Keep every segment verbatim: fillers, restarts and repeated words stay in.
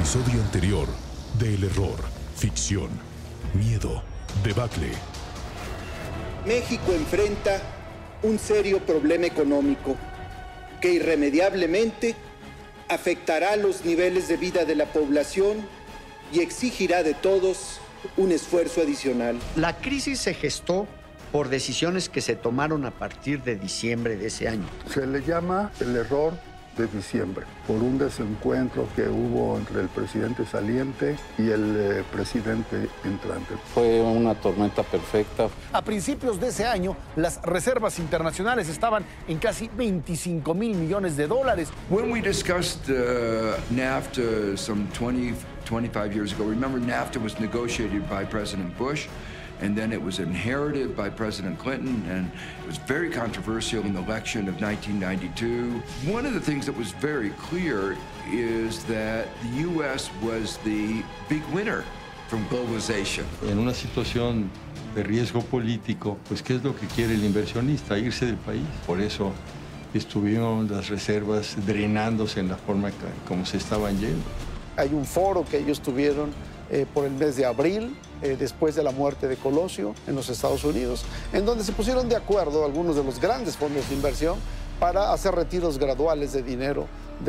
episodio anterior de El Error, ficción, miedo, debacle. México enfrenta un serio problema económico que irremediablemente afectará los niveles de vida de la población y exigirá de todos un esfuerzo adicional. La crisis se gestó por decisiones que se tomaron a partir de diciembre de ese año. Se le llama el error de diciembre, por un desencuentro que hubo entre el presidente saliente y el eh, presidente entrante. Fue una tormenta perfecta. A principios de ese año, las reservas internacionales estaban en casi veinticinco mil millones de dólares. When we discussed uh, NAFTA some twenty, twenty-five years ago, remember NAFTA was negotiated by President Bush, and then it was inherited by President Clinton, and it was very controversial in the election of nineteen ninety-two. One of the things that was very clear is that the U S was the big winner from globalization. En una situación de riesgo político, pues ¿qué es lo que quiere el inversionista? Irse del país. Por eso estuvieron las reservas drenándose en la forma como se estaban yendo. Hay un foro que ellos tuvieron eh, por el mes de abril, eh, después de la muerte de Colosio en los Estados Unidos, en donde se pusieron de acuerdo algunos de los grandes fondos de inversión para hacer retiros graduales de dinero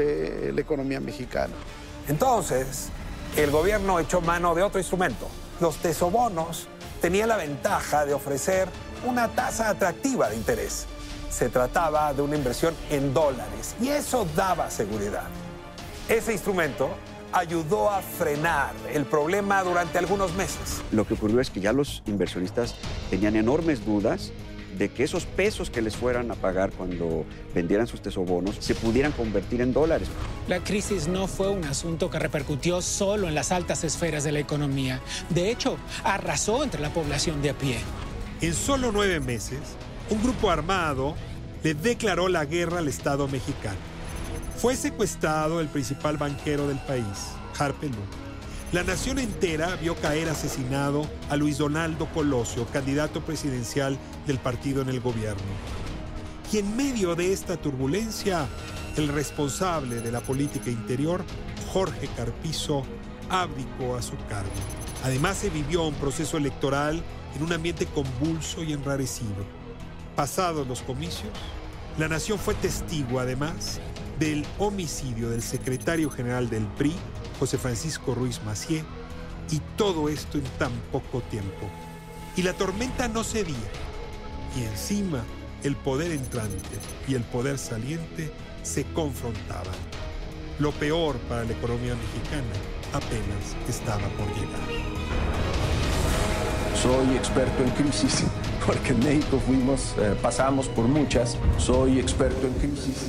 de la economía mexicana. Entonces, el gobierno echó mano de otro instrumento. Los tesobonos tenían la ventaja de ofrecer una tasa atractiva de interés. Se trataba de una inversión en dólares y eso daba seguridad. Ese instrumento ayudó a frenar el problema durante algunos meses. Lo que ocurrió es que ya los inversionistas tenían enormes dudas de que esos pesos que les fueran a pagar cuando vendieran sus tesobonos se pudieran convertir en dólares. La crisis no fue un asunto que repercutió solo en las altas esferas de la economía. De hecho, arrasó entre la población de a pie. En solo nueve meses, un grupo armado le declaró la guerra al Estado mexicano. Fue secuestrado el principal banquero del país, Harpe Lu. La nación entera vio caer asesinado a Luis Donaldo Colosio, candidato presidencial del partido en el gobierno. Y en medio de esta turbulencia, el responsable de la política interior, Jorge Carpizo, abdicó a su cargo. Además, se vivió un proceso electoral en un ambiente convulso y enrarecido. Pasados los comicios, la nación fue testigo, además, del homicidio del secretario general del P R I, José Francisco Ruiz Massieu, y todo esto en tan poco tiempo. Y la tormenta no cedía, y encima el poder entrante y el poder saliente se confrontaban. Lo peor para la economía mexicana apenas estaba por llegar. Soy experto en crisis, porque en México fuimos, eh, pasamos por muchas. Soy experto en crisis.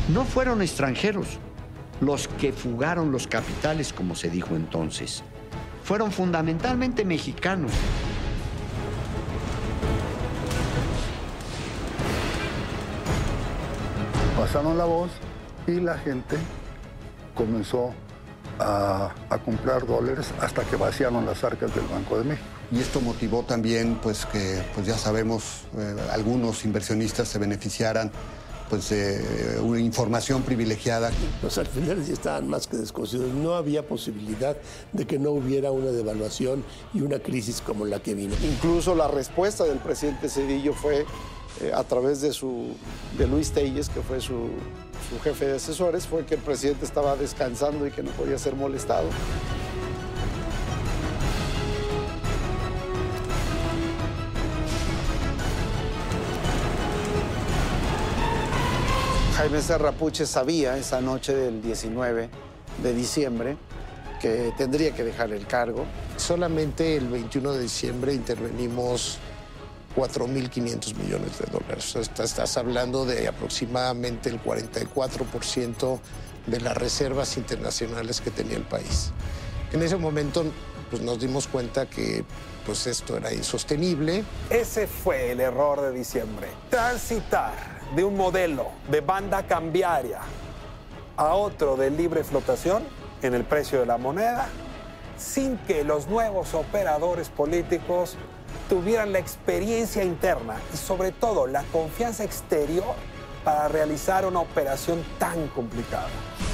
No fueron extranjeros los que fugaron los capitales, como se dijo entonces. Fueron fundamentalmente mexicanos. Pasaron la voz y la gente comenzó a, a comprar dólares hasta que vaciaron las arcas del Banco de México. Y esto motivó también pues, que, pues ya sabemos, eh, algunos inversionistas se beneficiaran pues, de una información privilegiada. Los alfileres ya estaban más que desconocidos. No había posibilidad de que no hubiera una devaluación y una crisis como la que vino. Incluso la respuesta del presidente Zedillo fue eh, a través de, su, de Luis Telles, que fue su, su jefe de asesores, fue que el presidente estaba descansando y que no podía ser molestado. Jaime Serra Puche sabía esa noche del diecinueve de diciembre que tendría que dejar el cargo. Solamente el veintiuno de diciembre intervenimos cuatro mil quinientos millones de dólares. Estás, estás hablando de aproximadamente el cuarenta y cuatro por ciento de las reservas internacionales que tenía el país. En ese momento pues, nos dimos cuenta que pues, esto era insostenible. Ese fue el error de diciembre. Transitar de un modelo de banda cambiaria a otro de libre flotación en el precio de la moneda, sin que los nuevos operadores políticos tuvieran la experiencia interna y sobre todo la confianza exterior para realizar una operación tan complicada.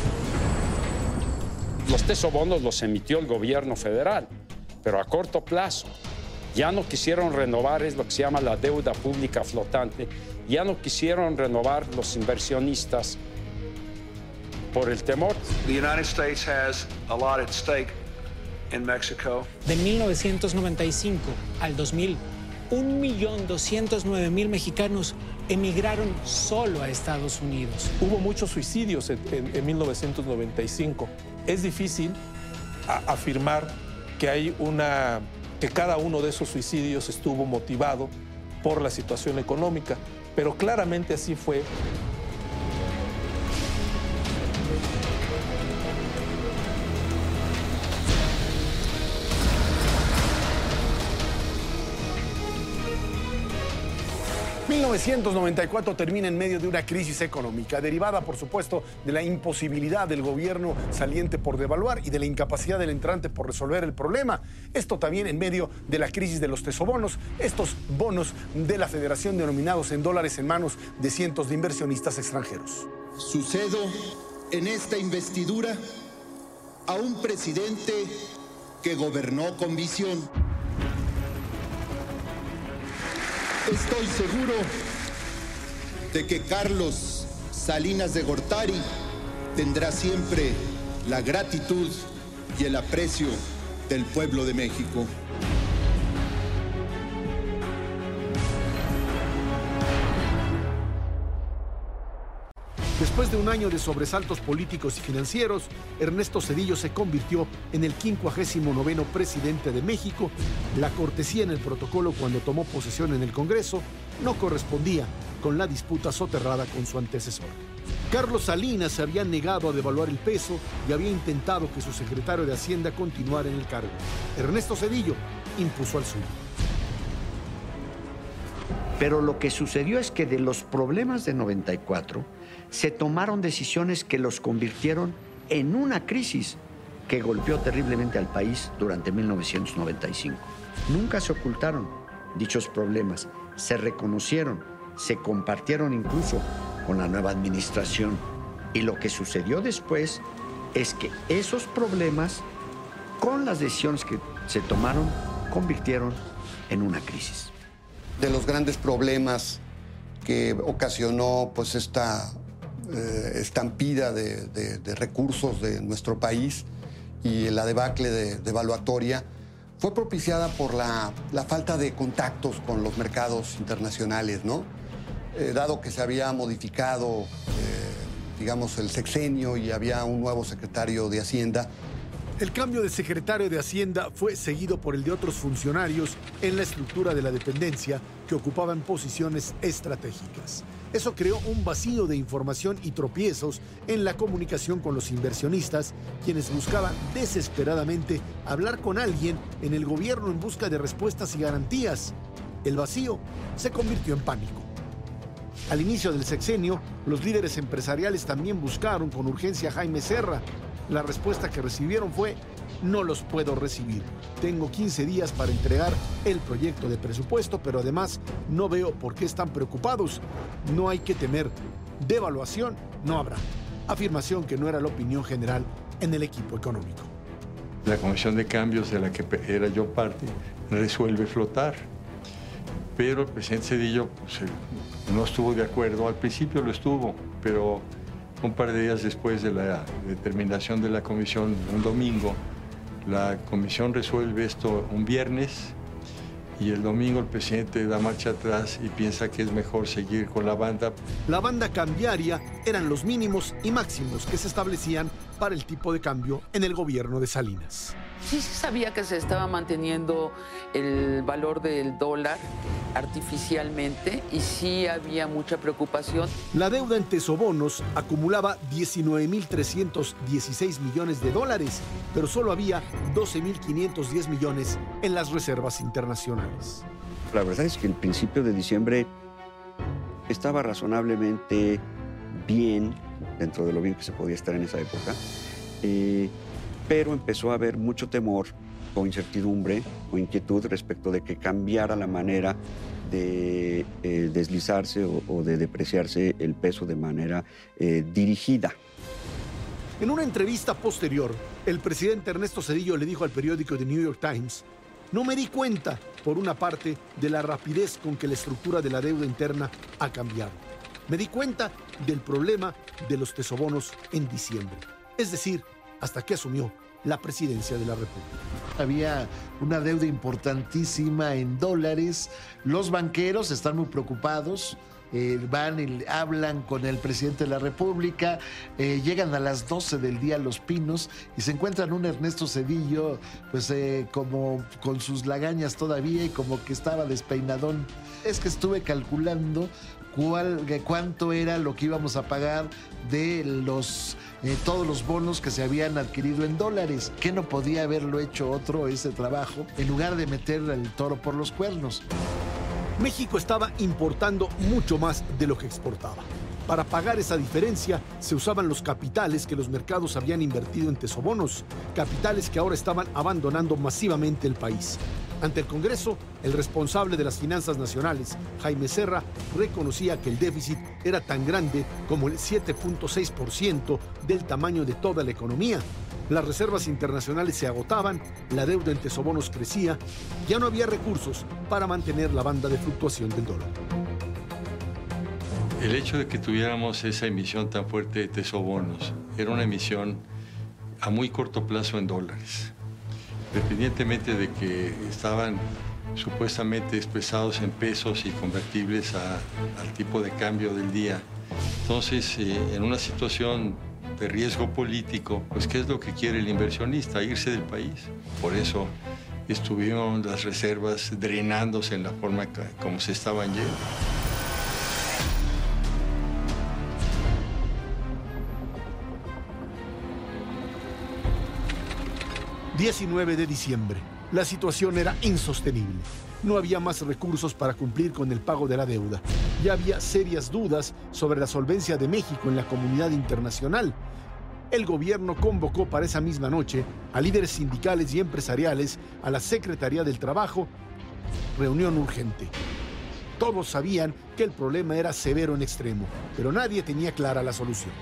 Los tesobonos los emitió el gobierno federal, pero a corto plazo. Ya no quisieron renovar, es lo que se llama la deuda pública flotante. Ya no quisieron renovar los inversionistas por el temor. The United States has a lot at stake in Mexico. De mil novecientos noventa y cinco al dos mil, un millón doscientos nueve mil mexicanos emigraron solo a Estados Unidos. Hubo muchos suicidios en, en, en mil novecientos noventa y cinco. Es difícil a, afirmar que hay una que cada uno de esos suicidios estuvo motivado por la situación económica, pero claramente así fue. mil novecientos noventa y cuatro termina en medio de una crisis económica, derivada, por supuesto, de la imposibilidad del gobierno saliente por devaluar y de la incapacidad del entrante por resolver el problema. Esto también en medio de la crisis de los tesobonos, estos bonos de la Federación denominados en dólares en manos de cientos de inversionistas extranjeros. Sucedo en esta investidura a un presidente que gobernó con visión. Estoy seguro de que Carlos Salinas de Gortari tendrá siempre la gratitud y el aprecio del pueblo de México. Después de un año de sobresaltos políticos y financieros, Ernesto Zedillo se convirtió en el quincuagésimo noveno presidente de México. La cortesía en el protocolo cuando tomó posesión en el Congreso no correspondía con la disputa soterrada con su antecesor. Carlos Salinas se había negado a devaluar el peso y había intentado que su secretario de Hacienda continuara en el cargo. Ernesto Zedillo impuso al suyo. Pero lo que sucedió es que de los problemas de noventa y cuatro se tomaron decisiones que los convirtieron en una crisis que golpeó terriblemente al país durante mil novecientos noventa y cinco. Nunca se ocultaron dichos problemas, se reconocieron, se compartieron incluso con la nueva administración. Y lo que sucedió después es que esos problemas, con las decisiones que se tomaron, convirtieron en una crisis. De los grandes problemas que ocasionó pues esta eh, estampida de, de, de recursos de nuestro país y la debacle de, de devaluatoria fue propiciada por la, la falta de contactos con los mercados internacionales, ¿no? Eh, dado que se había modificado, eh, digamos, el sexenio y había un nuevo secretario de Hacienda, El cambio de secretario de Hacienda fue seguido por el de otros funcionarios en la estructura de la dependencia que ocupaban posiciones estratégicas. Eso creó un vacío de información y tropiezos en la comunicación con los inversionistas, quienes buscaban desesperadamente hablar con alguien en el gobierno en busca de respuestas y garantías. El vacío se convirtió en pánico. Al inicio del sexenio, los líderes empresariales también buscaron con urgencia a Jaime Serra. La respuesta que recibieron fue: no los puedo recibir. Tengo quince días para entregar el proyecto de presupuesto, pero además no veo por qué están preocupados. No hay que temer. Devaluación no habrá. Afirmación que no era la opinión general en el equipo económico. La Comisión de Cambios, de la que era yo parte, resuelve flotar. Pero el presidente Zedillo pues, no estuvo de acuerdo. Al principio lo estuvo, pero un par de días después de la determinación de la comisión, un domingo, la comisión resuelve esto un viernes y el domingo el presidente da marcha atrás y piensa que es mejor seguir con la banda. La banda cambiaria eran los mínimos y máximos que se establecían para el tipo de cambio en el gobierno de Salinas. Sí se sabía que se estaba manteniendo el valor del dólar artificialmente y sí había mucha preocupación. La deuda en tesobonos acumulaba diecinueve mil trescientos dieciséis millones de dólares, pero solo había doce mil quinientos diez millones en las reservas internacionales. La verdad es que el principio de diciembre estaba razonablemente bien, dentro de lo bien que se podía estar en esa época, eh, pero empezó a haber mucho temor o incertidumbre o inquietud respecto de que cambiara la manera de eh, deslizarse o, o de depreciarse el peso de manera eh, dirigida. En una entrevista posterior, el presidente Ernesto Zedillo le dijo al periódico The New York Times: no me di cuenta, por una parte, de la rapidez con que la estructura de la deuda interna ha cambiado. Me di cuenta del problema de los tesobonos en diciembre, es decir, hasta que asumió la presidencia de la República. Había una deuda importantísima en dólares. Los banqueros están muy preocupados. Eh, van y hablan con el presidente de la República, eh, llegan a las doce del día a Los Pinos y se encuentran un Ernesto Zedillo pues eh, como con sus lagañas todavía y como que estaba despeinadón. Es que estuve calculando cuál, cuánto era lo que íbamos a pagar de los eh, todos los bonos que se habían adquirido en dólares. ¿Qué no podía haberlo hecho otro ese trabajo en lugar de meter el toro por los cuernos? México estaba importando mucho más de lo que exportaba. Para pagar esa diferencia se usaban los capitales que los mercados habían invertido en tesobonos, capitales que ahora estaban abandonando masivamente el país. Ante el Congreso, el responsable de las finanzas nacionales, Jaime Serra, reconocía que el déficit era tan grande como el siete punto seis por ciento del tamaño de toda la economía. Las reservas internacionales se agotaban, la deuda en tesobonos crecía, ya no había recursos para mantener la banda de fluctuación del dólar. El hecho de que tuviéramos esa emisión tan fuerte de tesobonos era una emisión a muy corto plazo en dólares. Independientemente de que estaban supuestamente expresados en pesos y convertibles a, al tipo de cambio del día. Entonces, eh, en una situación de riesgo político, pues ¿qué es lo que quiere el inversionista? Irse del país. Por eso estuvieron las reservas drenándose en la forma como se estaban yendo. diecinueve de diciembre. La situación era insostenible. No había más recursos para cumplir con el pago de la deuda. Ya había serias dudas sobre la solvencia de México en la comunidad internacional. El gobierno convocó para esa misma noche a líderes sindicales y empresariales a la Secretaría del Trabajo. Reunión urgente. Todos sabían que el problema era severo en extremo, pero nadie tenía clara la solución.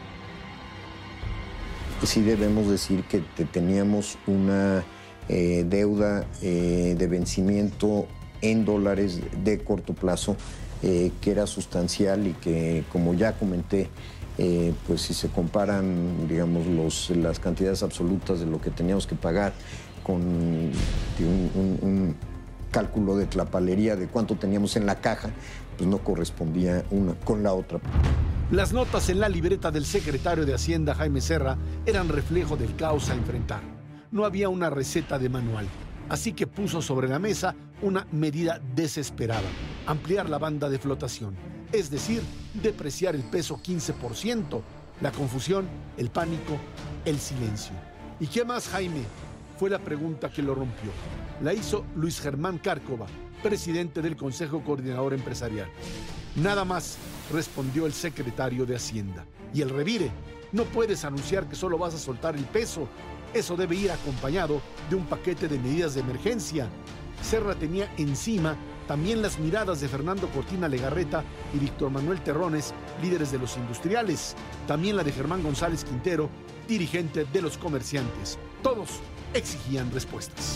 Sí debemos decir que teníamos una eh, deuda eh, de vencimiento en dólares de corto plazo eh, que era sustancial y que, como ya comenté, eh, pues si se comparan, digamos, los, las cantidades absolutas de lo que teníamos que pagar con un, un, un cálculo de tlapalería de cuánto teníamos en la caja, pues no correspondía una con la otra. Las notas en la libreta del secretario de Hacienda, Jaime Serra, eran reflejo del caos a enfrentar. no había una receta de manual, así que puso sobre la mesa una medida desesperada: ampliar la banda de flotación, es decir, depreciar el peso quince por ciento. La confusión, el pánico, el silencio. ¿Y qué más, Jaime? Fue la pregunta que lo rompió. La hizo Luis Germán Cárcova, presidente del Consejo Coordinador Empresarial. Nada más, respondió el secretario de Hacienda. Y el revire: no puedes anunciar que solo vas a soltar el peso. Eso debe ir acompañado de un paquete de medidas de emergencia. Serra tenía encima también las miradas de Fernando Cortina Legarreta y Víctor Manuel Terrones, líderes de los industriales. También la de Germán González Quintero, dirigente de los comerciantes. Todos exigían respuestas.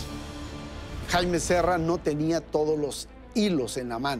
Jaime Serra no tenía todos los hilos en la mano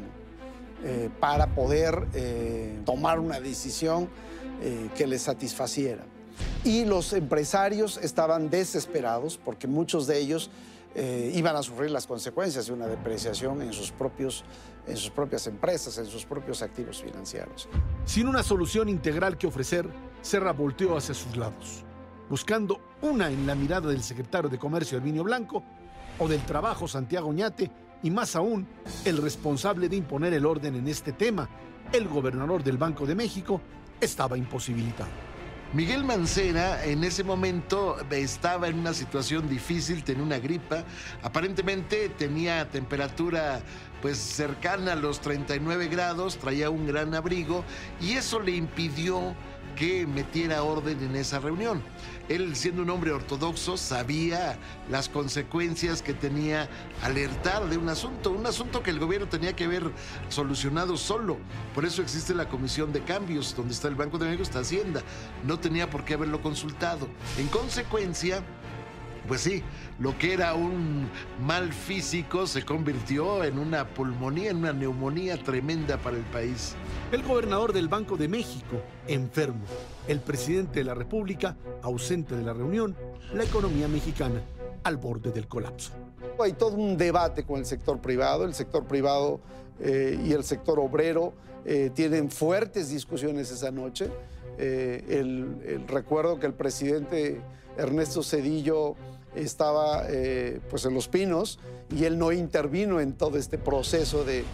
eh, para poder eh, tomar una decisión eh, que le satisfaciera. Y los empresarios estaban desesperados porque muchos de ellos eh, iban a sufrir las consecuencias de una depreciación en sus, propios, en sus propias empresas, en sus propios activos financieros. Sin una solución integral que ofrecer, Serra volteó hacia sus lados, buscando una en la mirada del secretario de Comercio Herminio Blanco o del Trabajo Santiago Oñate, y más aún, el responsable de imponer el orden en este tema, el gobernador del Banco de México, estaba imposibilitado. Miguel Mancera en ese momento estaba en una situación difícil, tenía una gripa, aparentemente tenía temperatura pues cercana a los treinta y nueve grados, traía un gran abrigo y eso le impidió que metiera orden en esa reunión. Él, siendo un hombre ortodoxo, sabía las consecuencias que tenía alertar de un asunto, un asunto que el gobierno tenía que haber solucionado solo. Por eso existe la Comisión de Cambios, donde está el Banco de México, está Hacienda. No tenía por qué haberlo consultado. En consecuencia, pues sí, lo que era un mal físico se convirtió en una pulmonía, en una neumonía tremenda para el país. El gobernador del Banco de México, enfermo. El presidente de la República, ausente de la reunión. La economía mexicana, al borde del colapso. Hay todo un debate con el sector privado. El sector privado eh, y el sector obrero eh, tienen fuertes discusiones esa noche. Eh, el, el recuerdo que el presidente Ernesto Zedillo estaba eh, pues en Los Pinos y él no intervino en todo este proceso de,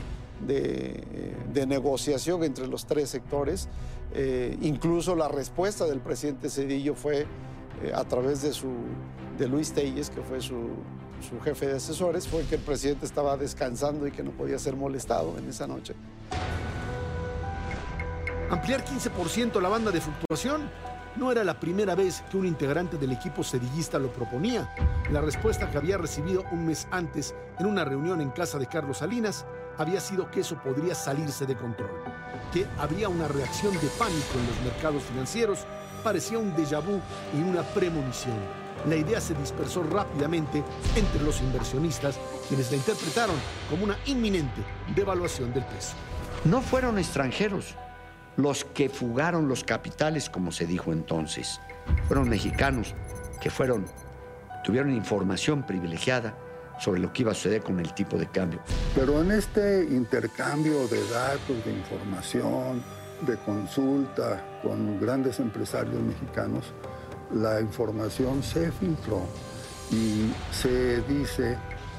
de, de negociación entre los tres sectores. Eh, incluso la respuesta del presidente Zedillo fue eh, a través de, su, de Luis Telles, que fue su, su jefe de asesores, fue que el presidente estaba descansando y que no podía ser molestado en esa noche. ¿Ampliar quince por ciento la banda de fluctuación? No era la primera vez que un integrante del equipo sedillista lo proponía. La respuesta que había recibido un mes antes en una reunión en casa de Carlos Salinas había sido que eso podría salirse de control, que habría una reacción de pánico en los mercados financieros. Parecía un déjà vu y una premonición. La idea se dispersó rápidamente entre los inversionistas, quienes la interpretaron como una inminente devaluación del peso. No fueron extranjeros los que fugaron los capitales, como se dijo entonces. Fueron mexicanos que fueron, tuvieron información privilegiada sobre lo que iba a suceder con el tipo de cambio. Pero en este intercambio de datos, de información, de consulta con grandes empresarios mexicanos, la información se filtró y se dice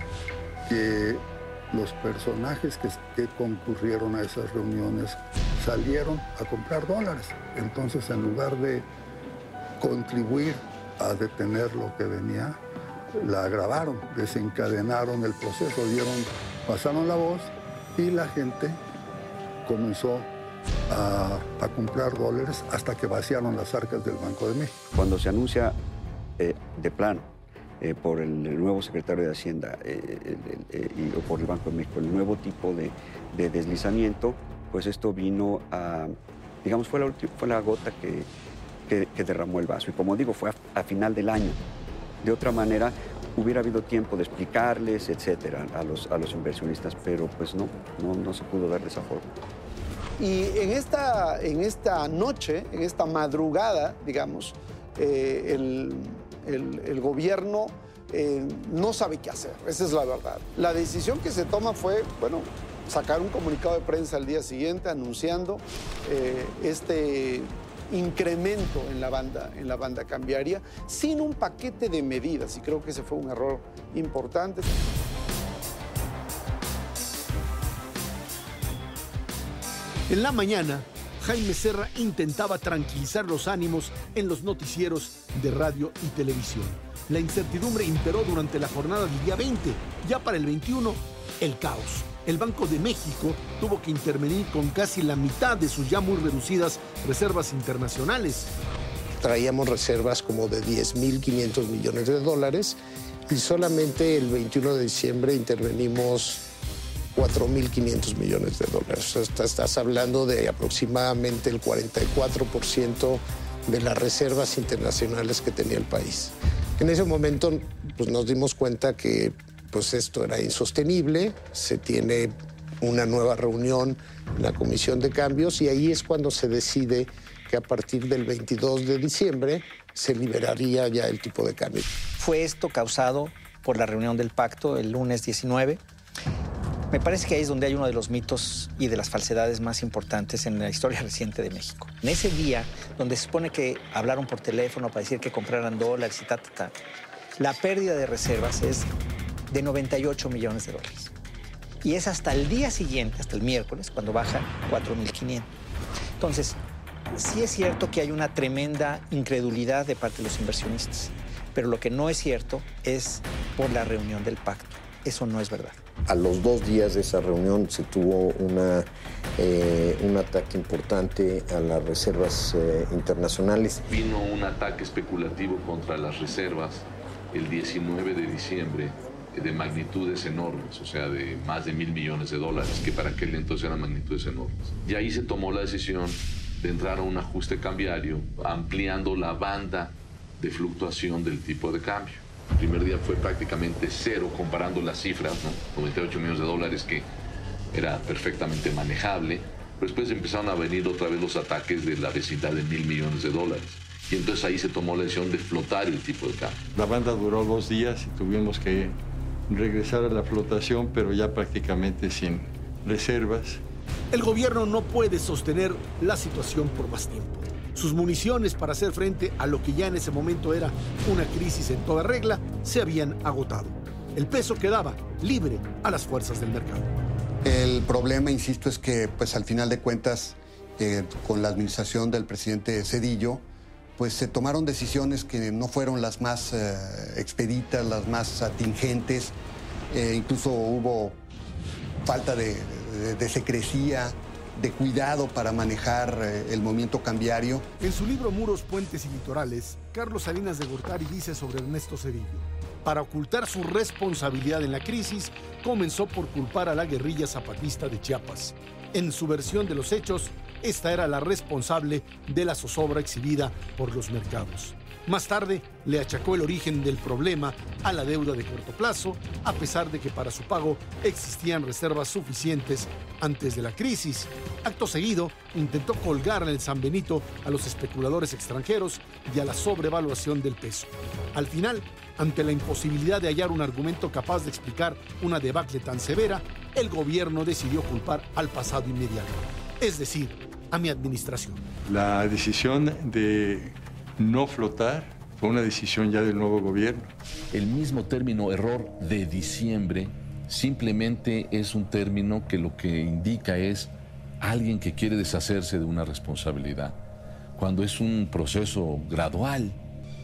que los personajes que, que concurrieron a esas reuniones salieron a comprar dólares. Entonces, en lugar de contribuir a detener lo que venía, la agravaron, desencadenaron el proceso, dieron, pasaron la voz y la gente comenzó a, a comprar dólares hasta que vaciaron las arcas del Banco de México. Cuando se anuncia eh, de plano Eh, por el, el nuevo secretario de Hacienda eh, el, el, eh, y, o por el Banco de México, el nuevo tipo de, de deslizamiento, pues esto vino a, digamos, fue la, fue la gota que, que, que derramó el vaso. Y como digo, fue a, a final del año. De otra manera, hubiera habido tiempo de explicarles, etcétera, a los, a los inversionistas, pero pues no, no, no se pudo dar de esa forma. Y en esta, en esta noche, en esta madrugada, digamos, eh, el... El, el gobierno eh, no sabe qué hacer, esa es la verdad. La decisión que se toma fue, bueno, sacar un comunicado de prensa al día siguiente anunciando eh, este incremento en la banda, en la banda cambiaria, sin un paquete de medidas, y creo que ese fue un error importante. En la mañana, Jaime Serra intentaba tranquilizar los ánimos en los noticieros de radio y televisión. La incertidumbre imperó durante la jornada del día veinte. Ya para el veintiuno, el caos. El Banco de México tuvo que intervenir con casi la mitad de sus ya muy reducidas reservas internacionales. Traíamos reservas como de diez mil quinientos millones de dólares y solamente el veintiuno de diciembre intervenimos cuatro mil quinientos millones de dólares. O sea, estás hablando de aproximadamente el cuarenta y cuatro por ciento de las reservas internacionales que tenía el país. En ese momento pues, nos dimos cuenta que pues, esto era insostenible, se tiene una nueva reunión en la Comisión de Cambios y ahí es cuando se decide que a partir del veintidós de diciembre se liberaría ya el tipo de cambio. Fue esto causado por la reunión del pacto el lunes diecinueve. Me parece que ahí es donde hay uno de los mitos y de las falsedades más importantes en la historia reciente de México. En ese día, donde se supone que hablaron por teléfono para decir que compraran dólares y ta, ta, ta, la pérdida de reservas es de noventa y ocho millones de dólares. Y es hasta el día siguiente, hasta el miércoles, cuando baja cuatro mil quinientos. Entonces, sí es cierto que hay una tremenda incredulidad de parte de los inversionistas, pero lo que no es cierto es por la reunión del pacto. Eso no es verdad. A los dos días de esa reunión se tuvo una, eh, un ataque importante a las reservas eh, internacionales. Vino un ataque especulativo contra las reservas el diecinueve de diciembre de magnitudes enormes, o sea, de más de mil millones de dólares, que para aquel entonces eran magnitudes enormes. Y ahí se tomó la decisión de entrar a un ajuste cambiario, ampliando la banda de fluctuación del tipo de cambio. El primer día fue prácticamente cero, comparando las cifras, ¿no? noventa y ocho millones de dólares, que era perfectamente manejable, pero después empezaron a venir otra vez los ataques de la vecindad de mil millones de dólares. Y entonces ahí se tomó la decisión de flotar el tipo de cambio. La banda duró dos días y tuvimos que regresar a la flotación, pero ya prácticamente sin reservas. El gobierno no puede sostener la situación por más tiempo. Sus municiones para hacer frente a lo que ya en ese momento era una crisis en toda regla se habían agotado. El peso quedaba libre a las fuerzas del mercado. El problema, insisto, es que pues, al final de cuentas, eh, con la administración del presidente Zedillo, pues se tomaron decisiones que no fueron las más eh, expeditas, las más atingentes. Eh, incluso hubo falta de, de, de secrecía, de cuidado para manejar eh, el movimiento cambiario. En su libro Muros, Puentes y Litorales, Carlos Salinas de Gortari dice sobre Ernesto Zedillo: para ocultar su responsabilidad en la crisis, comenzó por culpar a la guerrilla zapatista de Chiapas. En su versión de los hechos, esta era la responsable de la zozobra exhibida por los mercados. Más tarde, le achacó el origen del problema a la deuda de corto plazo, a pesar de que para su pago existían reservas suficientes antes de la crisis. Acto seguido, intentó colgar en el San Benito a los especuladores extranjeros y a la sobrevaluación del peso. Al final, ante la imposibilidad de hallar un argumento capaz de explicar una debacle tan severa, el gobierno decidió culpar al pasado inmediato, es decir, a mi administración. La decisión de no flotar fue una decisión ya del nuevo gobierno. El mismo término error de diciembre simplemente es un término que lo que indica es alguien que quiere deshacerse de una responsabilidad, cuando es un proceso gradual.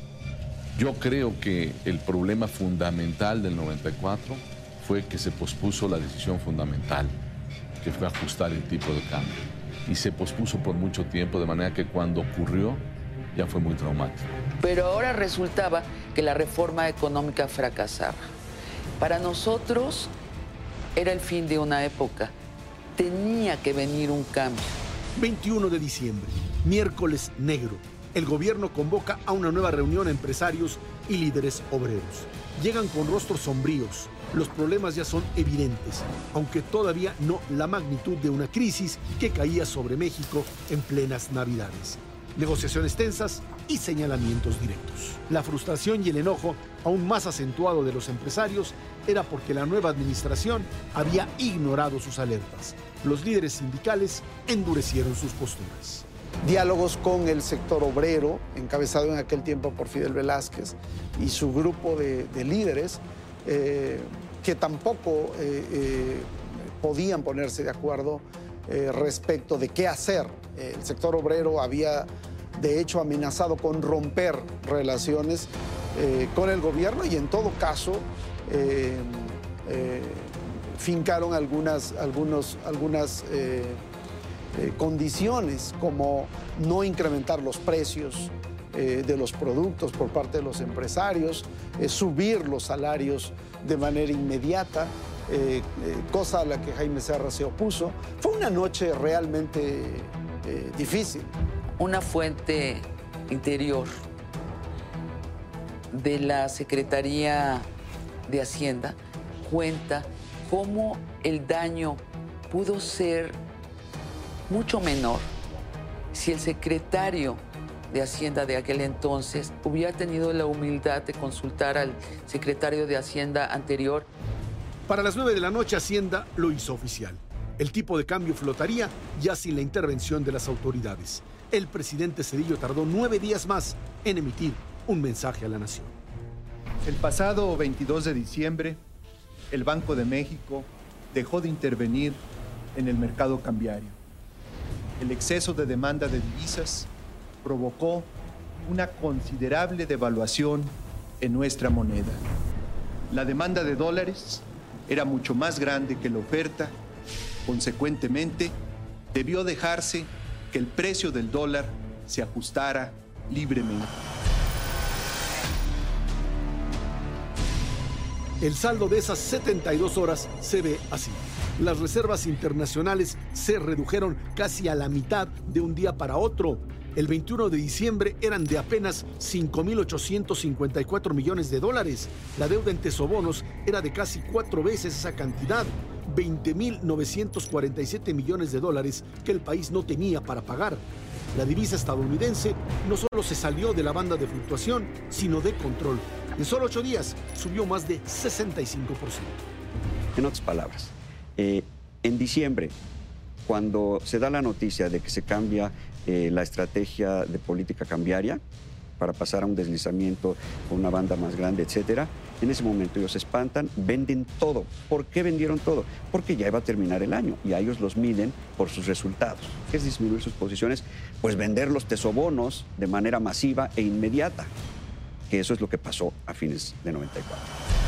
Yo creo que el problema fundamental del noventa y cuatro fue que se pospuso la decisión fundamental, que fue ajustar el tipo de cambio. Y se pospuso por mucho tiempo, de manera que cuando ocurrió ya fue muy traumático. Pero ahora resultaba que la reforma económica fracasaba. Para nosotros era el fin de una época. Tenía que venir un cambio. veintiuno de diciembre, miércoles negro. El gobierno convoca a una nueva reunión a empresarios y líderes obreros. Llegan con rostros sombríos. Los problemas ya son evidentes, aunque todavía no la magnitud de una crisis que caía sobre México en plenas Navidades. Negociaciones tensas y señalamientos directos. La frustración y el enojo, aún más acentuado de los empresarios, era porque la nueva administración había ignorado sus alertas. Los líderes sindicales endurecieron sus posturas. diálogos con el sector obrero, encabezado en aquel tiempo por Fidel Velázquez y su grupo de, de líderes, eh, que tampoco eh, eh, podían ponerse de acuerdo eh, respecto de qué hacer. Eh, el sector obrero había, de hecho, amenazado con romper relaciones eh, con el gobierno y, en todo caso, eh, eh, fincaron algunas, algunos, algunas eh, eh, condiciones, como no incrementar los precios eh, de los productos por parte de los empresarios, eh, subir los salarios de manera inmediata, eh, eh, cosa a la que Jaime Serra se opuso. Fue una noche realmente eh, difícil. Una fuente interior de la Secretaría de Hacienda cuenta cómo el daño pudo ser mucho menor si el secretario de Hacienda de aquel entonces hubiera tenido la humildad de consultar al secretario de Hacienda anterior. Para las nueve de la noche, Hacienda lo hizo oficial. El tipo de cambio flotaría ya sin la intervención de las autoridades. El presidente Zedillo tardó nueve días más en emitir un mensaje a la nación. El pasado veintidós de diciembre, el Banco de México dejó de intervenir en el mercado cambiario. El exceso de demanda de divisas provocó una considerable devaluación en nuestra moneda. La demanda de dólares era mucho más grande que la oferta. Consecuentemente, debió dejarse que el precio del dólar se ajustara libremente. El saldo de esas setenta y dos horas se ve así. Las reservas internacionales se redujeron casi a la mitad de un día para otro. El veintiuno de diciembre eran de apenas cinco mil ochocientos cincuenta y cuatro millones de dólares. La deuda en tesobonos era de casi cuatro veces esa cantidad, veinte mil novecientos cuarenta y siete millones de dólares que el país no tenía para pagar. La divisa estadounidense no solo se salió de la banda de fluctuación, sino de control. En solo ocho días subió más de sesenta y cinco por ciento. En otras palabras, eh, en diciembre, cuando se da la noticia de que se cambia eh, la estrategia de política cambiaria para pasar a un deslizamiento con una banda más grande, etcétera, en ese momento ellos se espantan, venden todo. ¿Por qué vendieron todo? Porque ya iba a terminar el año y a ellos los miden por sus resultados. ¿Qué es disminuir sus posiciones? Pues vender los tesobonos de manera masiva e inmediata, que eso es lo que pasó a fines de noventa y cuatro.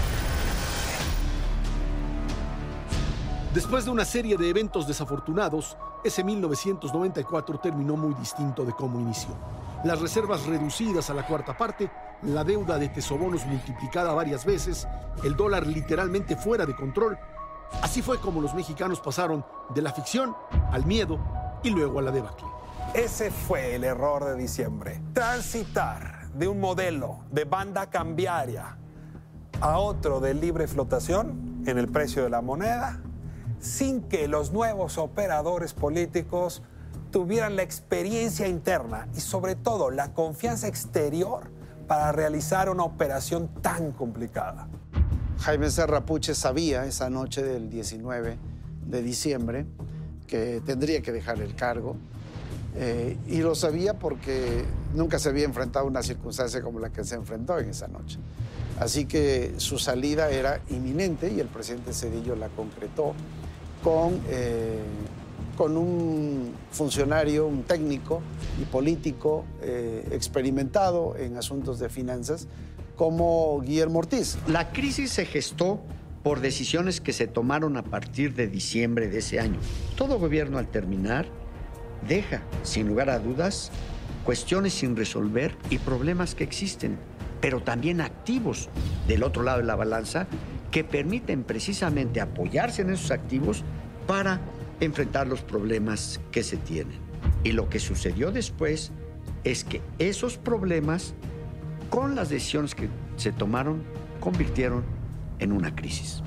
Después de una serie de eventos desafortunados, ese mil novecientos noventa y cuatro terminó muy distinto de cómo inició. Las reservas reducidas a la cuarta parte, la deuda de tesobonos multiplicada varias veces, el dólar literalmente fuera de control. Así fue como los mexicanos pasaron de la ficción al miedo y luego a la debacle. Ese fue el error de diciembre. Transitar de un modelo de banda cambiaria a otro de libre flotación en el precio de la moneda, sin que los nuevos operadores políticos tuvieran la experiencia interna y sobre todo la confianza exterior para realizar una operación tan complicada. Jaime Serra Puche sabía esa noche del diecinueve de diciembre que tendría que dejar el cargo, eh, y lo sabía porque nunca se había enfrentado a una circunstancia como la que se enfrentó en esa noche. Así que su salida era inminente y el presidente Zedillo la concretó con, eh, con un funcionario, un técnico y político eh, experimentado en asuntos de finanzas como Guillermo Ortiz. La crisis se gestó por decisiones que se tomaron a partir de diciembre de ese año. Todo gobierno, al terminar, deja, sin lugar a dudas, cuestiones sin resolver y problemas que existen, pero también activos del otro lado de la balanza que permiten precisamente apoyarse en esos activos para enfrentar los problemas que se tienen. Y lo que sucedió después es que esos problemas, con las decisiones que se tomaron, convirtieron en una crisis.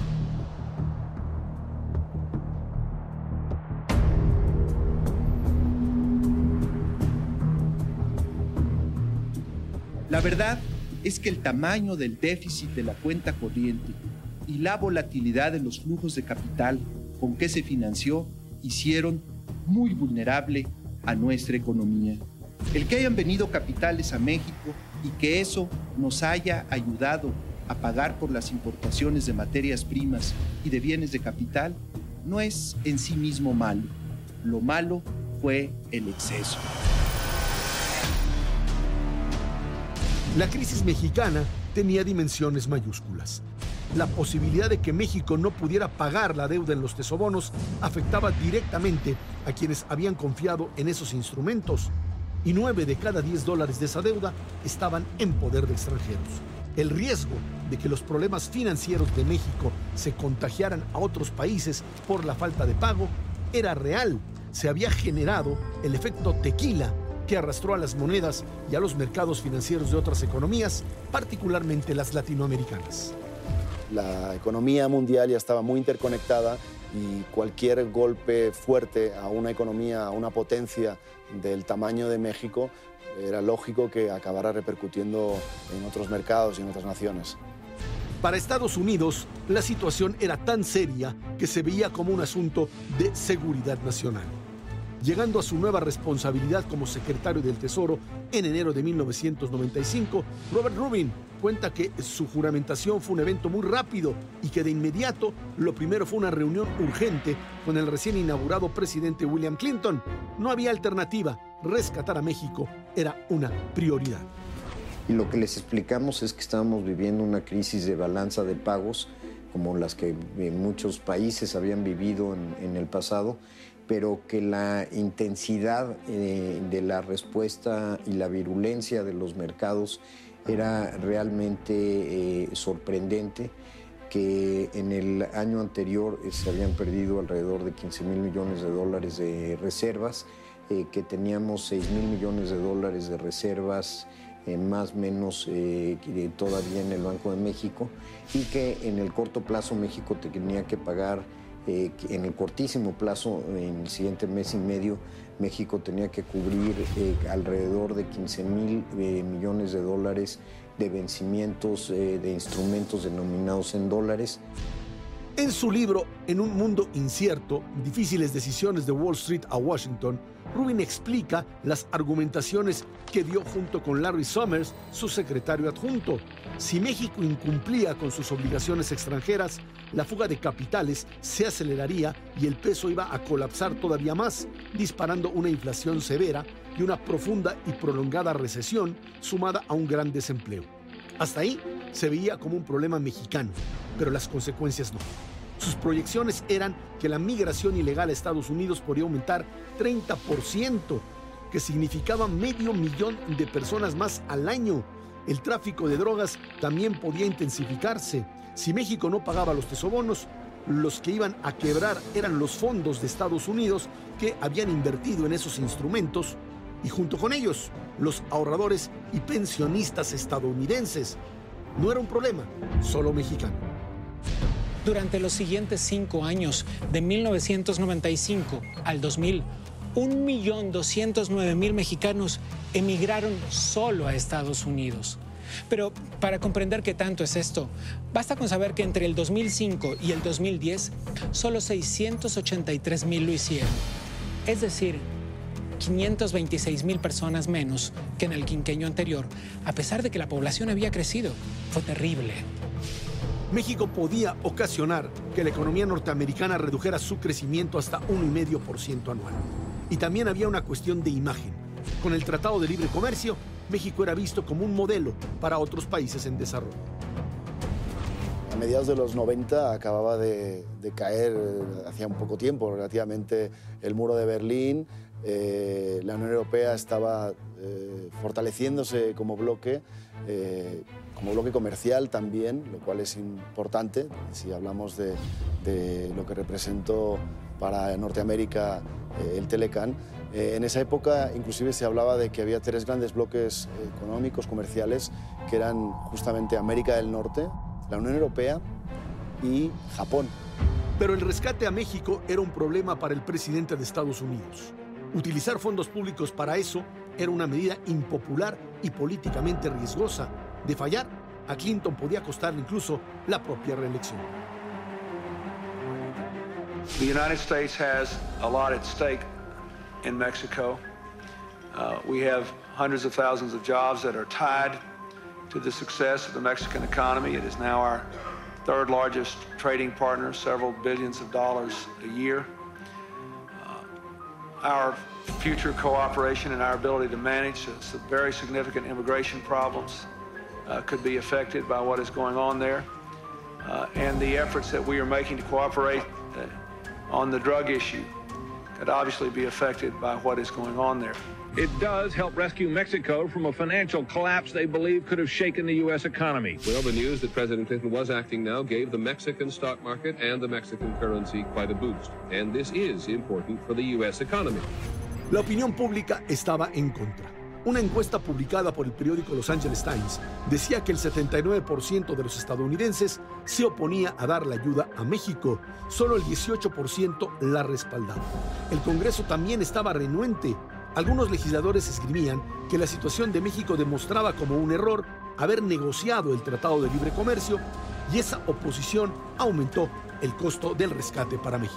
La verdad es que el tamaño del déficit de la cuenta corriente y la volatilidad de los flujos de capital con que se financió hicieron muy vulnerable a nuestra economía. El que hayan venido capitales a México y que eso nos haya ayudado a pagar por las importaciones de materias primas y de bienes de capital no es en sí mismo malo. Lo malo fue el exceso. La crisis mexicana tenía dimensiones mayúsculas. La posibilidad de que México no pudiera pagar la deuda en los tesobonos afectaba directamente a quienes habían confiado en esos instrumentos, y nueve de cada diez dólares de esa deuda estaban en poder de extranjeros. El riesgo de que los problemas financieros de México se contagiaran a otros países por la falta de pago era real. Se había generado el efecto tequila que arrastró a las monedas y a los mercados financieros de otras economías, particularmente las latinoamericanas. La economía mundial ya estaba muy interconectada y cualquier golpe fuerte a una economía, a una potencia del tamaño de México, era lógico que acabara repercutiendo en otros mercados y en otras naciones. Para Estados Unidos, la situación era tan seria que se veía como un asunto de seguridad nacional. Llegando a su nueva responsabilidad como secretario del Tesoro en enero de mil novecientos noventa y cinco, Robert Rubin cuenta que su juramentación fue un evento muy rápido y que de inmediato lo primero fue una reunión urgente con el recién inaugurado presidente William Clinton. No había alternativa, rescatar a México era una prioridad. Y lo que les explicamos es que estábamos viviendo una crisis de balanza de pagos, como las que muchos países habían vivido en, en el pasado, pero que la intensidad eh, de la respuesta y la virulencia de los mercados era realmente eh, sorprendente, que en el año anterior eh, se habían perdido alrededor de quince mil millones de dólares de reservas, eh, que teníamos seis mil millones de dólares de reservas eh, más o menos eh, todavía en el Banco de México, y que en el corto plazo México tenía que pagar. Eh, en el cortísimo plazo, en el siguiente mes y medio, México tenía que cubrir eh, alrededor de quince mil eh, millones de dólares de vencimientos eh, de instrumentos denominados en dólares. En su libro En un mundo incierto, difíciles decisiones de Wall Street a Washington, Rubin explica las argumentaciones que dio junto con Larry Summers, su secretario adjunto. Si México incumplía con sus obligaciones extranjeras, la fuga de capitales se aceleraría y el peso iba a colapsar todavía más, disparando una inflación severa y una profunda y prolongada recesión sumada a un gran desempleo. Hasta ahí se veía como un problema mexicano, pero las consecuencias no. Sus proyecciones eran que la migración ilegal a Estados Unidos podría aumentar treinta por ciento, que significaba medio millón de personas más al año. El tráfico de drogas también podía intensificarse. Si México no pagaba los tesobonos, los que iban a quebrar eran los fondos de Estados Unidos que habían invertido en esos instrumentos, y junto con ellos, los ahorradores y pensionistas estadounidenses. No era un problema solo mexicano. Durante los siguientes cinco años, de mil novecientos noventa y cinco al dos mil, un millón doscientos nueve mil mexicanos emigraron solo a Estados Unidos. Pero para comprender qué tanto es esto, basta con saber que entre el dos mil cinco y el dos mil diez, solo seiscientos ochenta y tres mil lo hicieron. Es decir, quinientas veintiséis mil personas menos que en el quinquenio anterior, a pesar de que la población había crecido. Fue terrible. México podía ocasionar que la economía norteamericana redujera su crecimiento hasta uno coma cinco por ciento anual. Y también había una cuestión de imagen. Con el Tratado de Libre Comercio, México era visto como un modelo para otros países en desarrollo. A mediados de los noventa acababa de, de caer, hacía un poco tiempo relativamente, el muro de Berlín. Eh, la Unión Europea estaba eh, fortaleciéndose como bloque, eh, como bloque comercial también, lo cual es importante si hablamos de, de lo que representó para Norteamérica eh, el Telecan. Eh, en esa época inclusive se hablaba de que había tres grandes bloques económicos, comerciales, que eran justamente América del Norte, la Unión Europea y Japón. Pero el rescate a México era un problema para el presidente de Estados Unidos. Utilizar fondos públicos para eso era una medida impopular y políticamente riesgosa. De fallar, a Clinton podía costarle incluso la propia reelección. The United States has a lot at stake in Mexico. Uh, we have hundreds of thousands of jobs that are tied to the success of the Mexican economy. It is now our third largest trading partner, several billions of dollars a year. Uh, our future cooperation and our ability to manage some very significant immigration problems uh, could be affected by what is going on there. Uh, and the efforts that we are making to cooperate uh, on the drug issue could obviously be affected by what is going on there. It does help rescue Mexico from a financial collapse they believe could have shaken the U S economy. Well, the news that President Clinton was acting now gave the Mexican stock market and the Mexican currency quite a boost. And this is important for the U S economy. La opinión pública estaba en contra. Una encuesta publicada por el periódico Los Angeles Times decía que el setenta y nueve por ciento de los estadounidenses se oponía a dar la ayuda a México. Solo el dieciocho por ciento la respaldaba. El Congreso también estaba renuente. Algunos legisladores esgrimían que la situación de México demostraba como un error haber negociado el Tratado de Libre Comercio y esa oposición aumentó el costo del rescate para México.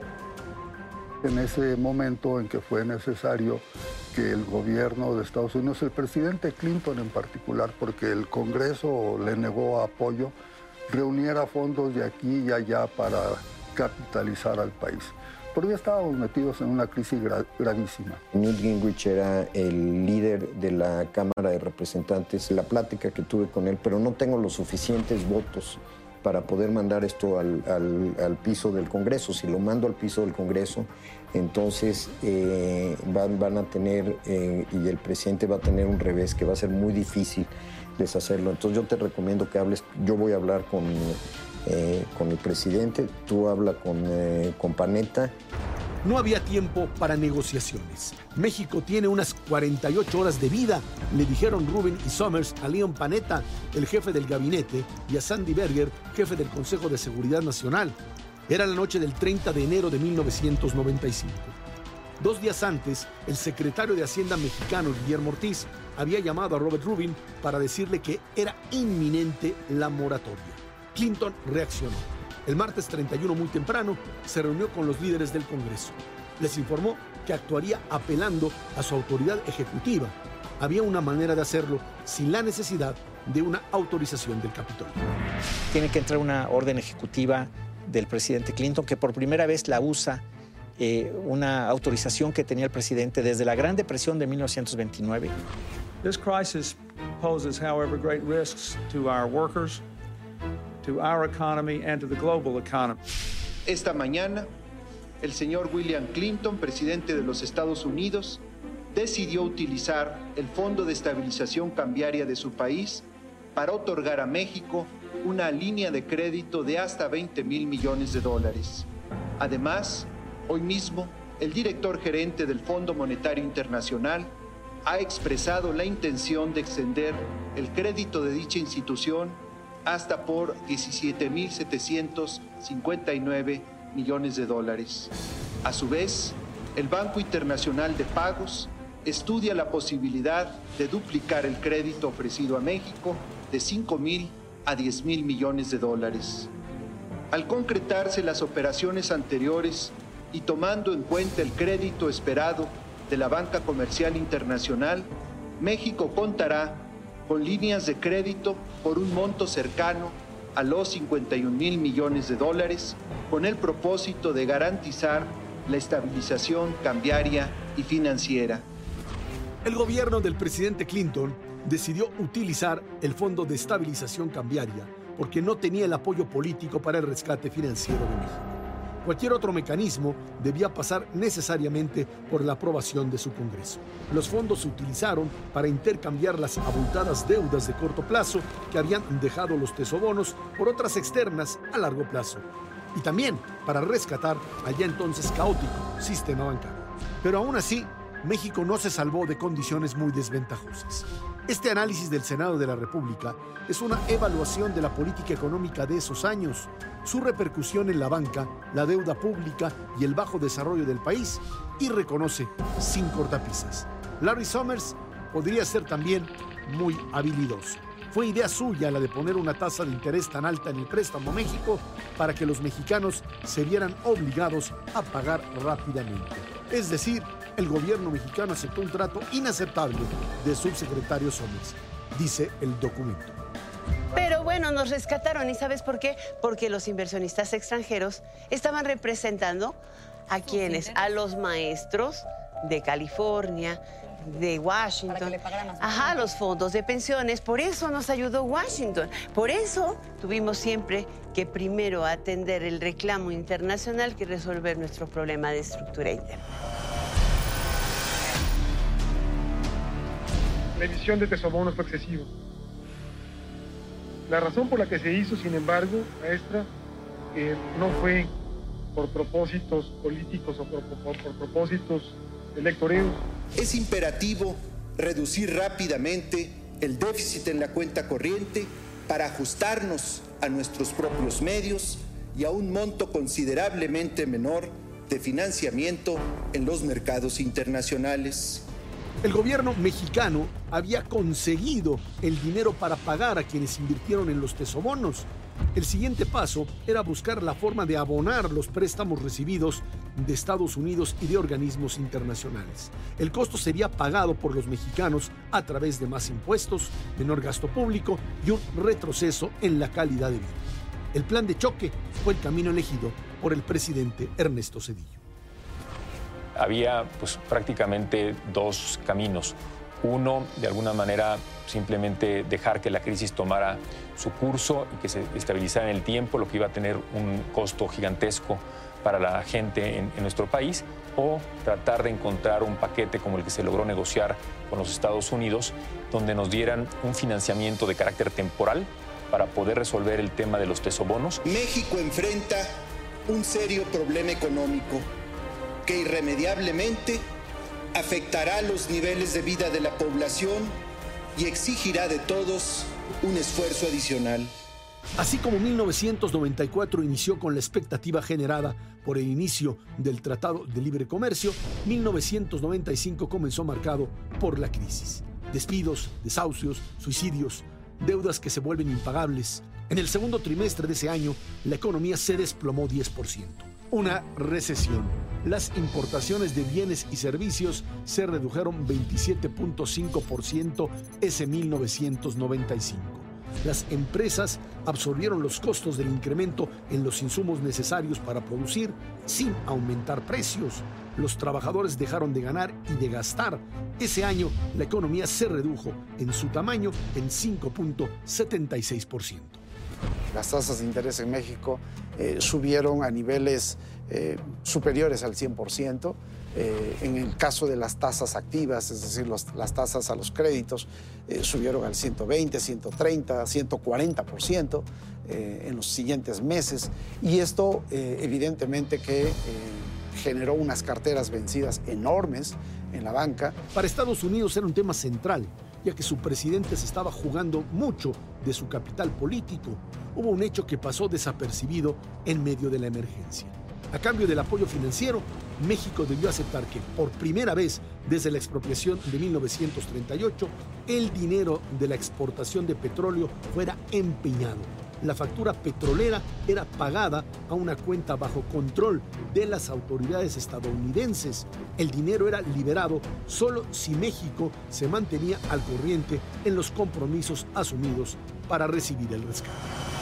En ese momento en que fue necesario que el gobierno de Estados Unidos, el presidente Clinton en particular, porque el Congreso le negó apoyo, reuniera fondos de aquí y allá para capitalizar al país. Porque ya estábamos metidos en una crisis gra gravísima. Newt Gingrich era el líder de la Cámara de Representantes. La plática que tuve con él, pero no tengo los suficientes votos para poder mandar esto al, al, al piso del Congreso. Si lo mando al piso del Congreso, entonces eh, van, van a tener, eh, y el presidente va a tener un revés que va a ser muy difícil deshacerlo. Entonces yo te recomiendo que hables, yo voy a hablar con... Eh, con el presidente, tú habla con, eh, con Panetta. No había tiempo para negociaciones. México tiene unas cuarenta y ocho horas de vida, le dijeron Rubin y Summers a Leon Panetta, el jefe del gabinete, y a Sandy Berger, jefe del Consejo de Seguridad Nacional. Era la noche del treinta de enero de mil novecientos noventa y cinco. Dos días antes, el secretario de Hacienda mexicano, Guillermo Ortiz, había llamado a Robert Rubin para decirle que era inminente la moratoria. Clinton reaccionó. El martes treinta y uno, muy temprano, se reunió con los líderes del Congreso. Les informó que actuaría apelando a su autoridad ejecutiva. Había una manera de hacerlo sin la necesidad de una autorización del Capitolio. Tiene que entrar una orden ejecutiva del presidente Clinton, que por primera vez la usa, eh, una autorización que tenía el presidente desde la Gran Depresión de mil novecientos veintinueve. This crisis poses, however, great risks to our workers, to our economy and to the global economy. Esta mañana, el señor William Clinton, presidente de los Estados Unidos, decidió utilizar el Fondo de Estabilización Cambiaria de su país para otorgar a México una línea de crédito de hasta veinte mil millones de dólares. Además, hoy mismo, el director gerente del Fondo Monetario Internacional ha expresado la intención de extender el crédito de dicha institución hasta por diecisiete mil setecientos cincuenta y nueve millones de dólares. A su vez, el Banco Internacional de Pagos estudia la posibilidad de duplicar el crédito ofrecido a México de cinco mil a diez mil millones de dólares. Al concretarse las operaciones anteriores y tomando en cuenta el crédito esperado de la banca comercial internacional, México contará con líneas de crédito por un monto cercano a los cincuenta y un mil millones de dólares, con el propósito de garantizar la estabilización cambiaria y financiera. El gobierno del presidente Clinton decidió utilizar el Fondo de Estabilización Cambiaria porque no tenía el apoyo político para el rescate financiero de México. Cualquier otro mecanismo debía pasar necesariamente por la aprobación de su Congreso. Los fondos se utilizaron para intercambiar las abultadas deudas de corto plazo que habían dejado los tesobonos por otras externas a largo plazo. Y también para rescatar al ya entonces caótico sistema bancario. Pero aún así, México no se salvó de condiciones muy desventajosas. Este análisis del Senado de la República es una evaluación de la política económica de esos años, su repercusión en la banca, la deuda pública y el bajo desarrollo del país, y reconoce sin cortapisas. Larry Summers podría ser también muy habilidoso. Fue idea suya la de poner una tasa de interés tan alta en el préstamo a México para que los mexicanos se vieran obligados a pagar rápidamente. Es decir, el gobierno mexicano aceptó un trato inaceptable de subsecretario Somers, dice el documento. Pero bueno, nos rescataron. ¿Y sabes por qué? Porque los inversionistas extranjeros estaban representando a quienes, a los maestros de California, de Washington. Para que le pagaran más. Ajá, los fondos de pensiones. Por eso nos ayudó Washington. Por eso tuvimos siempre que primero atender el reclamo internacional que resolver nuestro problema de estructura interna. La emisión de tesobonos fue excesiva. La razón por la que se hizo, sin embargo, maestra, eh, no fue por propósitos políticos o por, por, por propósitos electoreros. Es imperativo reducir rápidamente el déficit en la cuenta corriente para ajustarnos a nuestros propios medios y a un monto considerablemente menor de financiamiento en los mercados internacionales. El gobierno mexicano había conseguido el dinero para pagar a quienes invirtieron en los tesobonos. El siguiente paso era buscar la forma de abonar los préstamos recibidos de Estados Unidos y de organismos internacionales. El costo sería pagado por los mexicanos a través de más impuestos, menor gasto público y un retroceso en la calidad de vida. El plan de choque fue el camino elegido por el presidente Ernesto Zedillo. Había pues, prácticamente dos caminos. Uno, de alguna manera, simplemente dejar que la crisis tomara su curso y que se estabilizara en el tiempo, lo que iba a tener un costo gigantesco para la gente en, en nuestro país, o tratar de encontrar un paquete como el que se logró negociar con los Estados Unidos, donde nos dieran un financiamiento de carácter temporal para poder resolver el tema de los tesobonos. México enfrenta un serio problema económico que irremediablemente afectará los niveles de vida de la población y exigirá de todos un esfuerzo adicional. Así como mil novecientos noventa y cuatro inició con la expectativa generada por el inicio del Tratado de Libre Comercio, mil novecientos noventa y cinco comenzó marcado por la crisis. Despidos, desahucios, suicidios, deudas que se vuelven impagables. En el segundo trimestre de ese año, la economía se desplomó diez por ciento. Una recesión. Las importaciones de bienes y servicios se redujeron veintisiete punto cinco por ciento ese mil novecientos noventa y cinco. Las empresas absorbieron los costos del incremento en los insumos necesarios para producir sin aumentar precios. Los trabajadores dejaron de ganar y de gastar. Ese año la economía se redujo en su tamaño en cinco punto setenta y seis por ciento. Las tasas de interés en México eh, subieron a niveles eh, superiores al cien por ciento. Eh, en el caso de las tasas activas, es decir, los, las tasas a los créditos, eh, subieron al ciento veinte, ciento treinta, ciento cuarenta por ciento eh, en los siguientes meses. Y esto, eh, evidentemente, que eh, generó unas carteras vencidas enormes en la banca. Para Estados Unidos era un tema central, ya que su presidente se estaba jugando mucho de su capital político. Hubo un hecho que pasó desapercibido en medio de la emergencia. A cambio del apoyo financiero, México debió aceptar que, por primera vez desde la expropiación de mil novecientos treinta y ocho, el dinero de la exportación de petróleo fuera empeñado. La factura petrolera era pagada a una cuenta bajo control de las autoridades estadounidenses. El dinero era liberado solo si México se mantenía al corriente en los compromisos asumidos para recibir el rescate.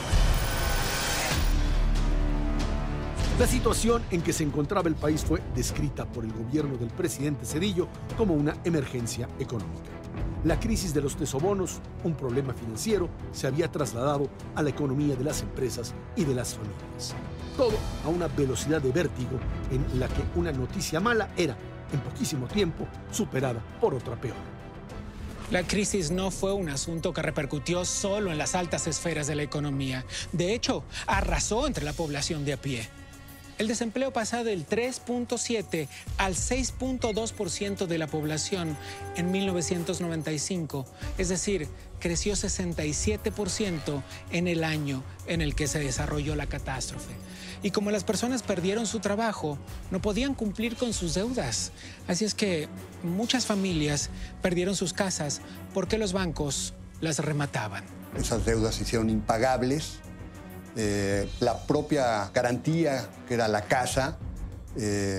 La situación en que se encontraba el país fue descrita por el gobierno del presidente Zedillo como una emergencia económica. La crisis de los tesobonos, un problema financiero, se había trasladado a la economía de las empresas y de las familias. Todo a una velocidad de vértigo en la que una noticia mala era, en poquísimo tiempo, superada por otra peor. La crisis no fue un asunto que repercutió solo en las altas esferas de la economía. De hecho, arrasó entre la población de a pie. El desempleo pasó del tres punto siete al seis punto dos por ciento de la población en mil novecientos noventa y cinco, es decir, creció sesenta y siete por ciento en el año en el que se desarrolló la catástrofe. Y como las personas perdieron su trabajo, no podían cumplir con sus deudas. Así es que muchas familias perdieron sus casas porque los bancos las remataban. Esas deudas se hicieron impagables. Eh, la propia garantía, que era la casa, eh,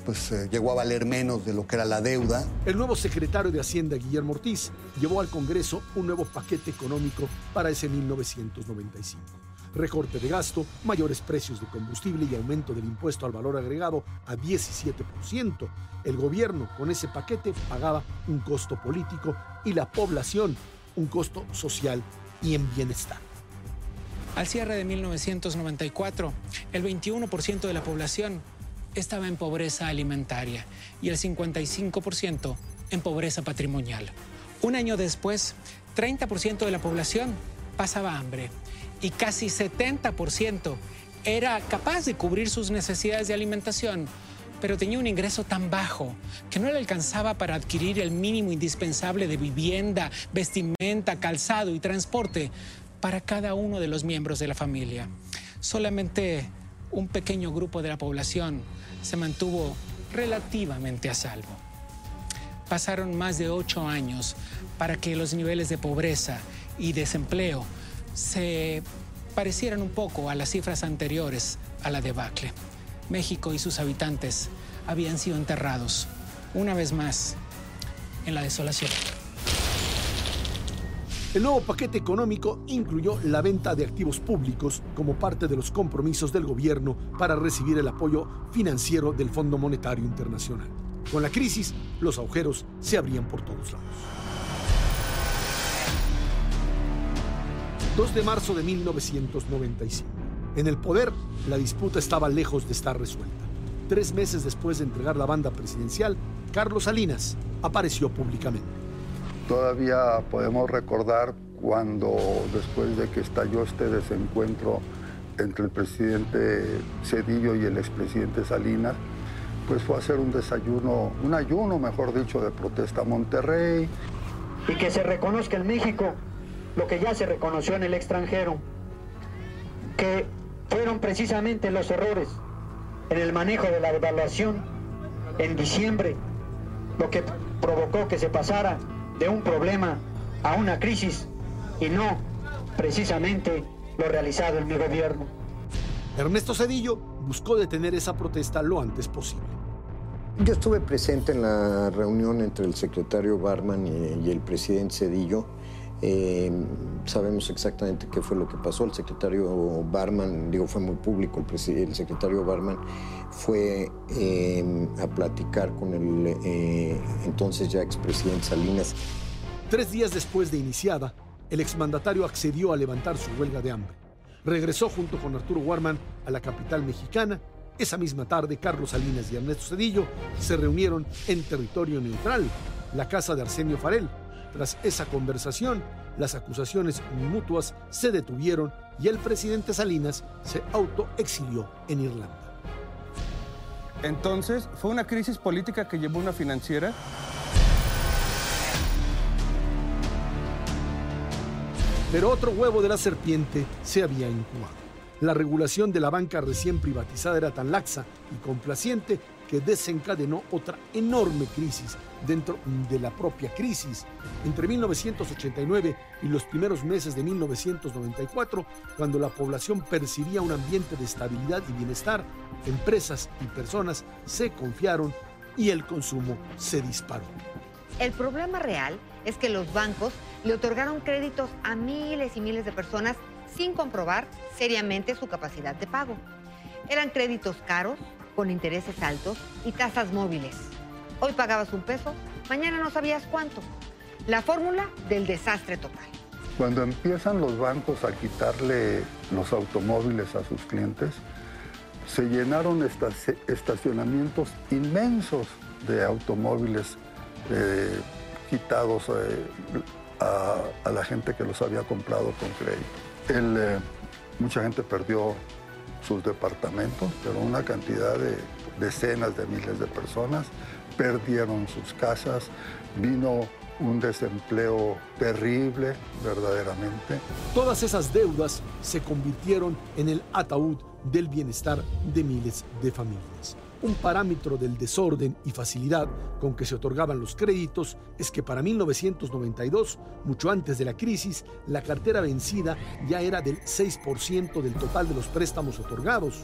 pues eh, llegó a valer menos de lo que era la deuda. El nuevo secretario de Hacienda, Guillermo Ortiz, llevó al Congreso un nuevo paquete económico para ese mil novecientos noventa y cinco. Recorte de gasto, mayores precios de combustible y aumento del impuesto al valor agregado a diecisiete por ciento. El gobierno con ese paquete pagaba un costo político y la población un costo social y en bienestar. Al cierre de mil novecientos noventa y cuatro, el veintiuno por ciento de la población estaba en pobreza alimentaria y el cincuenta y cinco por ciento en pobreza patrimonial. Un año después, treinta por ciento de la población pasaba hambre y casi setenta por ciento era capaz de cubrir sus necesidades de alimentación, pero tenía un ingreso tan bajo que no le alcanzaba para adquirir el mínimo indispensable de vivienda, vestimenta, calzado y transporte para cada uno de los miembros de la familia. Solamente un pequeño grupo de la población se mantuvo relativamente a salvo. Pasaron más de ocho años para que los niveles de pobreza y desempleo se parecieran un poco a las cifras anteriores a la debacle. México y sus habitantes habían sido enterrados, una vez más, en la desolación. El nuevo paquete económico incluyó la venta de activos públicos como parte de los compromisos del gobierno para recibir el apoyo financiero del Fondo Monetario Internacional. Con la crisis, los agujeros se abrían por todos lados. dos de marzo de mil novecientos noventa y cinco. En el poder, la disputa estaba lejos de estar resuelta. Tres meses después de entregar la banda presidencial, Carlos Salinas apareció públicamente. Todavía podemos recordar cuando, después de que estalló este desencuentro entre el presidente Zedillo y el expresidente Salinas, pues fue a hacer un desayuno, un ayuno, mejor dicho, de protesta a Monterrey. Y que se reconozca en México lo que ya se reconoció en el extranjero, que fueron precisamente los errores en el manejo de la devaluación en diciembre lo que provocó que se pasara de un problema a una crisis y no precisamente lo realizado en mi gobierno. Ernesto Zedillo buscó detener esa protesta lo antes posible. Yo estuve presente en la reunión entre el secretario Barman y, y el presidente Zedillo. Eh, sabemos exactamente qué fue lo que pasó. El secretario Barman, digo, fue muy público, el, el secretario Barman fue eh, a platicar con el eh, entonces ya expresidente Salinas. Tres días después de iniciada, el exmandatario accedió a levantar su huelga de hambre. Regresó junto con Arturo Warman a la capital mexicana. Esa misma tarde, Carlos Salinas y Ernesto Zedillo se reunieron en territorio neutral, la casa de Arsenio Farell. Tras esa conversación, las acusaciones mutuas se detuvieron y el presidente Salinas se autoexilió en Irlanda. Entonces, ¿fue una crisis política que llevó una financiera? Pero otro huevo de la serpiente se había incubado. La regulación de la banca recién privatizada era tan laxa y complaciente que desencadenó otra enorme crisis dentro de la propia crisis. Entre mil novecientos ochenta y nueve y los primeros meses de mil novecientos noventa y cuatro, cuando la población percibía un ambiente de estabilidad y bienestar, empresas y personas se confiaron y el consumo se disparó. El problema real es que los bancos le otorgaron créditos a miles y miles de personas sin comprobar seriamente su capacidad de pago. Eran créditos caros, con intereses altos y tasas móviles. Hoy pagabas un peso, mañana no sabías cuánto. La fórmula del desastre total. Cuando empiezan los bancos a quitarle los automóviles a sus clientes, se llenaron estacionamientos inmensos de automóviles eh, quitados eh, a, a la gente que los había comprado con crédito. El, eh, mucha gente perdió sus departamentos, pero una cantidad de decenas de miles de personas perdieron sus casas, vino un desempleo terrible, verdaderamente. Todas esas deudas se convirtieron en el ataúd del bienestar de miles de familias. Un parámetro del desorden y facilidad con que se otorgaban los créditos es que para mil novecientos noventa y dos, mucho antes de la crisis, la cartera vencida ya era del seis por ciento del total de los préstamos otorgados.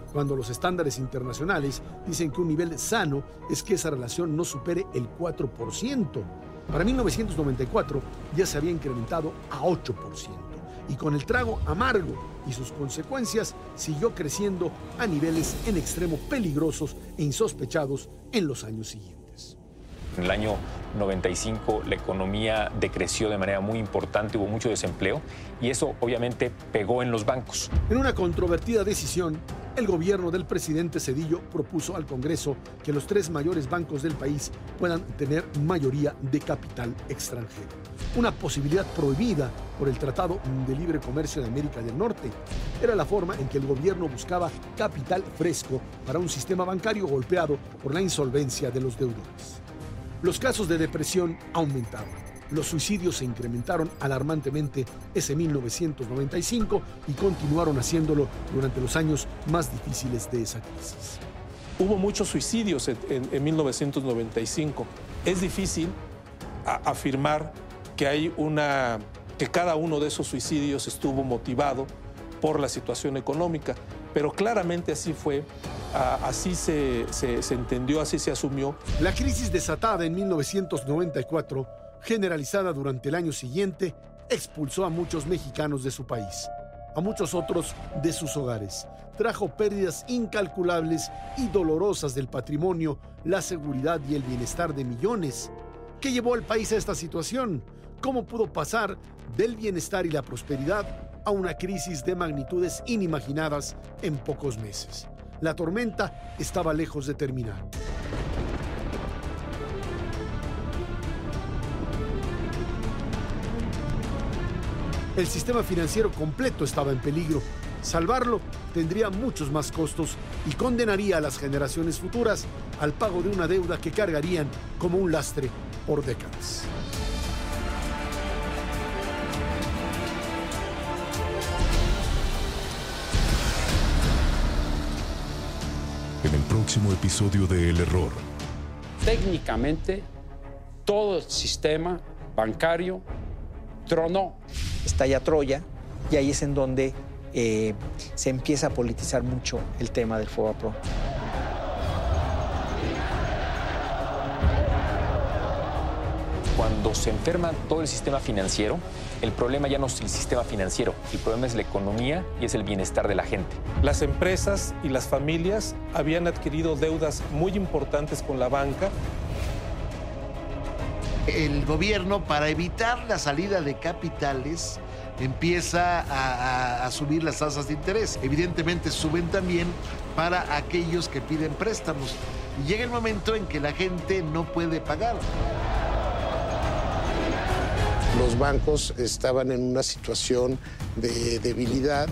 cuando los estándares internacionales dicen que un nivel sano es que esa relación no supere el cuatro por ciento. Para mil novecientos noventa y cuatro ya se había incrementado a ocho por ciento y con el trago amargo y sus consecuencias siguió creciendo a niveles en extremo peligrosos e insospechados en los años siguientes. En el año noventa y cinco la economía decreció de manera muy importante, hubo mucho desempleo y eso obviamente pegó en los bancos. En una controvertida decisión, el gobierno del presidente Zedillo propuso al Congreso que los tres mayores bancos del país puedan tener mayoría de capital extranjero. Una posibilidad prohibida por el Tratado de Libre Comercio de América del Norte. Era la forma en que el gobierno buscaba capital fresco para un sistema bancario golpeado por la insolvencia de los deudores. Los casos de depresión aumentaron. Los suicidios se incrementaron alarmantemente ese mil novecientos noventa y cinco y continuaron haciéndolo durante los años más difíciles de esa crisis. Hubo muchos suicidios en, en, en mil novecientos noventa y cinco. Es difícil a, afirmar que hay una, que cada uno de esos suicidios estuvo motivado por la situación económica, pero claramente así fue, a, así se, se, se entendió, así se asumió. La crisis desatada en mil novecientos noventa y cuatro, generalizada durante el año siguiente, expulsó a muchos mexicanos de su país, a muchos otros de sus hogares. Trajo pérdidas incalculables y dolorosas del patrimonio, la seguridad y el bienestar de millones. ¿Qué llevó al país a esta situación? ¿Cómo pudo pasar del bienestar y la prosperidad a una crisis de magnitudes inimaginadas en pocos meses? La tormenta estaba lejos de terminar. El sistema financiero completo estaba en peligro. Salvarlo tendría muchos más costos y condenaría a las generaciones futuras al pago de una deuda que cargarían como un lastre por décadas. En el próximo episodio de El Error. Técnicamente, todo el sistema bancario tronó. Estalla Troya y ahí es en donde eh, se empieza a politizar mucho el tema del FOBAPROA. Cuando se enferma todo el sistema financiero, el problema ya no es el sistema financiero, el problema es la economía y es el bienestar de la gente. Las empresas y las familias habían adquirido deudas muy importantes con la banca. El gobierno, para evitar la salida de capitales, empieza a, a, a subir las tasas de interés. Evidentemente suben también para aquellos que piden préstamos. Y llega el momento en que la gente no puede pagar. Los bancos estaban en una situación de debilidad.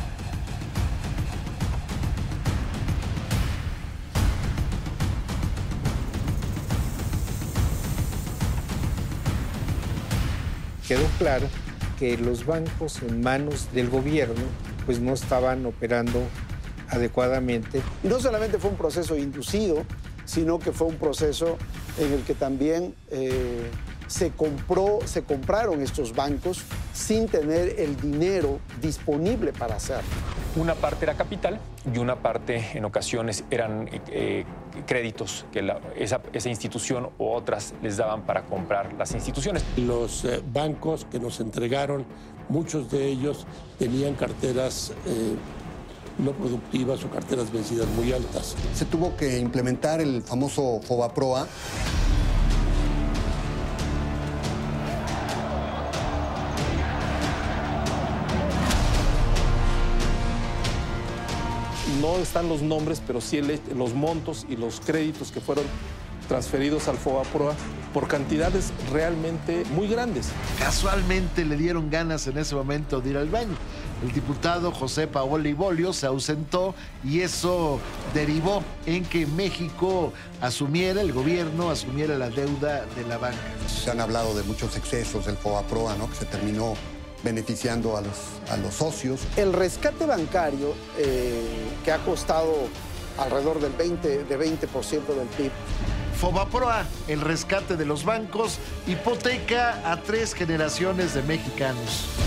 Quedó claro que los bancos en manos del gobierno pues no estaban operando adecuadamente. Y no solamente fue un proceso inducido, sino que fue un proceso en el que también eh, se compró, se compraron estos bancos sin tener el dinero disponible para hacerlo. Una parte era capital y una parte en ocasiones eran eh, créditos que la, esa, esa institución u otras les daban para comprar las instituciones. Los eh, bancos que nos entregaron, muchos de ellos tenían carteras eh, no productivas o carteras vencidas muy altas. Se tuvo que implementar el famoso FOBAPROA. No están los nombres, pero sí el, los montos y los créditos que fueron transferidos al FOBAPROA por cantidades realmente muy grandes. Casualmente le dieron ganas en ese momento de ir al baño. El diputado José Paoli Bolio se ausentó y eso derivó en que México asumiera, el gobierno asumiera la deuda de la banca. Se han hablado de muchos excesos del FOBAPROA, ¿no? Que se terminó beneficiando a los, a los socios. El rescate bancario, eh, que ha costado alrededor del veinte, de veinte por ciento del P I B. FOBAPROA, el rescate de los bancos, hipoteca a tres generaciones de mexicanos.